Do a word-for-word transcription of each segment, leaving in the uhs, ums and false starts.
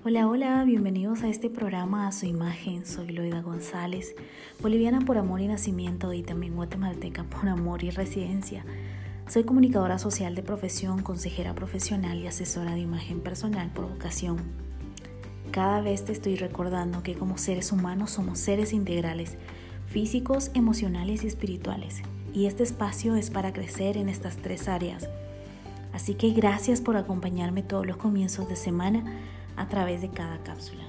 Hola, hola, bienvenidos a este programa A Su Imagen. Soy Loida González, boliviana por amor y nacimiento y también guatemalteca por amor y residencia. Soy comunicadora social de profesión, consejera profesional y asesora de imagen personal por vocación. Cada vez te estoy recordando que como seres humanos somos seres integrales, físicos, emocionales y espirituales. Y este espacio es para crecer en estas tres áreas. Así que gracias por acompañarme todos los comienzos de semana a través de cada cápsula.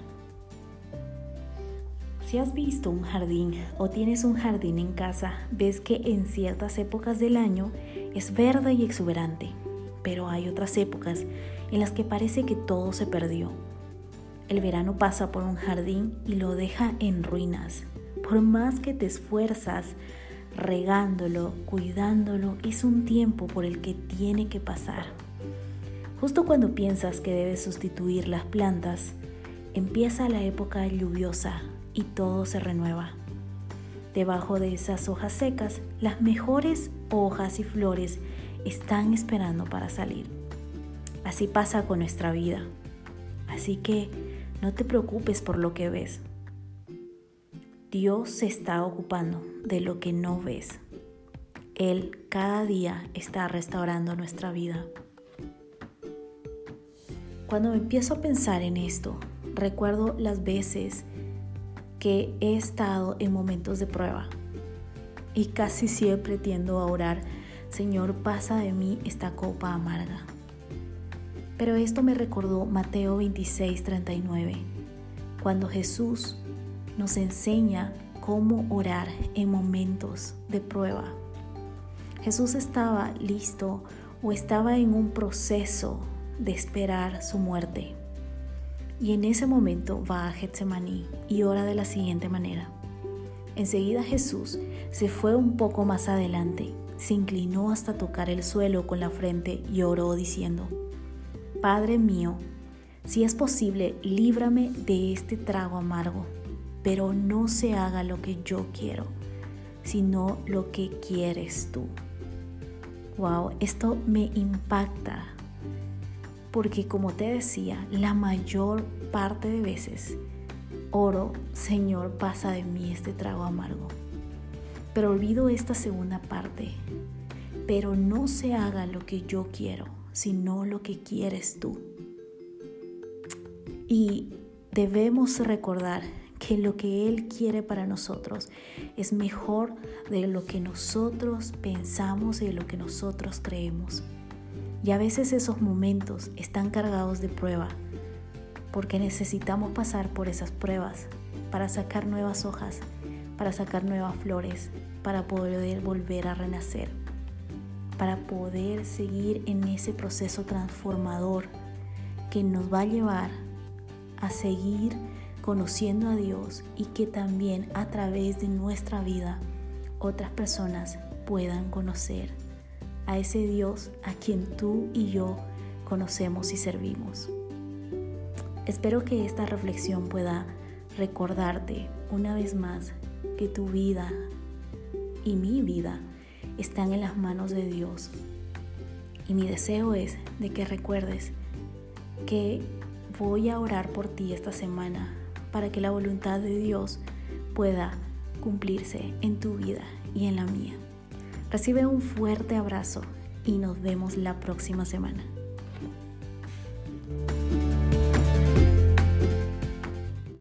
Si has visto un jardín o tienes un jardín en casa, ves que en ciertas épocas del año es verde y exuberante, pero hay otras épocas en las que parece que todo se perdió. El verano pasa por un jardín y lo deja en ruinas. Por más que te esfuerzas regándolo, cuidándolo, es un tiempo por el que tiene que pasar. Justo cuando piensas que debes sustituir las plantas, empieza la época lluviosa y todo se renueva. Debajo de esas hojas secas, las mejores hojas y flores están esperando para salir. Así pasa con nuestra vida. Así que no te preocupes por lo que ves. Dios se está ocupando de lo que no ves. Él cada día está restaurando nuestra vida. Cuando empiezo a pensar en esto, recuerdo las veces que he estado en momentos de prueba y casi siempre tiendo a orar: Señor, pasa de mí esta copa amarga. Pero esto me recordó Mateo veintiséis, treinta y nueve, cuando Jesús nos enseña cómo orar en momentos de prueba. Jesús estaba listo o estaba en un proceso de esperar su muerte. Y en ese momento va a Getsemaní y ora de la siguiente manera. Enseguida Jesús se fue un poco más adelante, se inclinó hasta tocar el suelo con la frente y oró diciendo: Padre mío, si es posible, líbrame de este trago amargo, pero no se haga lo que yo quiero, sino lo que quieres tú. Wow, esto me impacta. Porque como te decía, la mayor parte de veces oro: Señor, pasa de mí este trago amargo. Pero olvido esta segunda parte. Pero no se haga lo que yo quiero, sino lo que quieres tú. Y debemos recordar que lo que Él quiere para nosotros es mejor de lo que nosotros pensamos y de lo que nosotros creemos. Y a veces esos momentos están cargados de prueba, porque necesitamos pasar por esas pruebas para sacar nuevas hojas, para sacar nuevas flores, para poder volver a renacer, para poder seguir en ese proceso transformador que nos va a llevar a seguir conociendo a Dios y que también a través de nuestra vida otras personas puedan conocer a ese Dios a quien tú y yo conocemos y servimos. Espero que esta reflexión pueda recordarte una vez más que tu vida y mi vida están en las manos de Dios. Y mi deseo es de que recuerdes que voy a orar por ti esta semana para que la voluntad de Dios pueda cumplirse en tu vida y en la mía. Recibe un fuerte abrazo y nos vemos la próxima semana.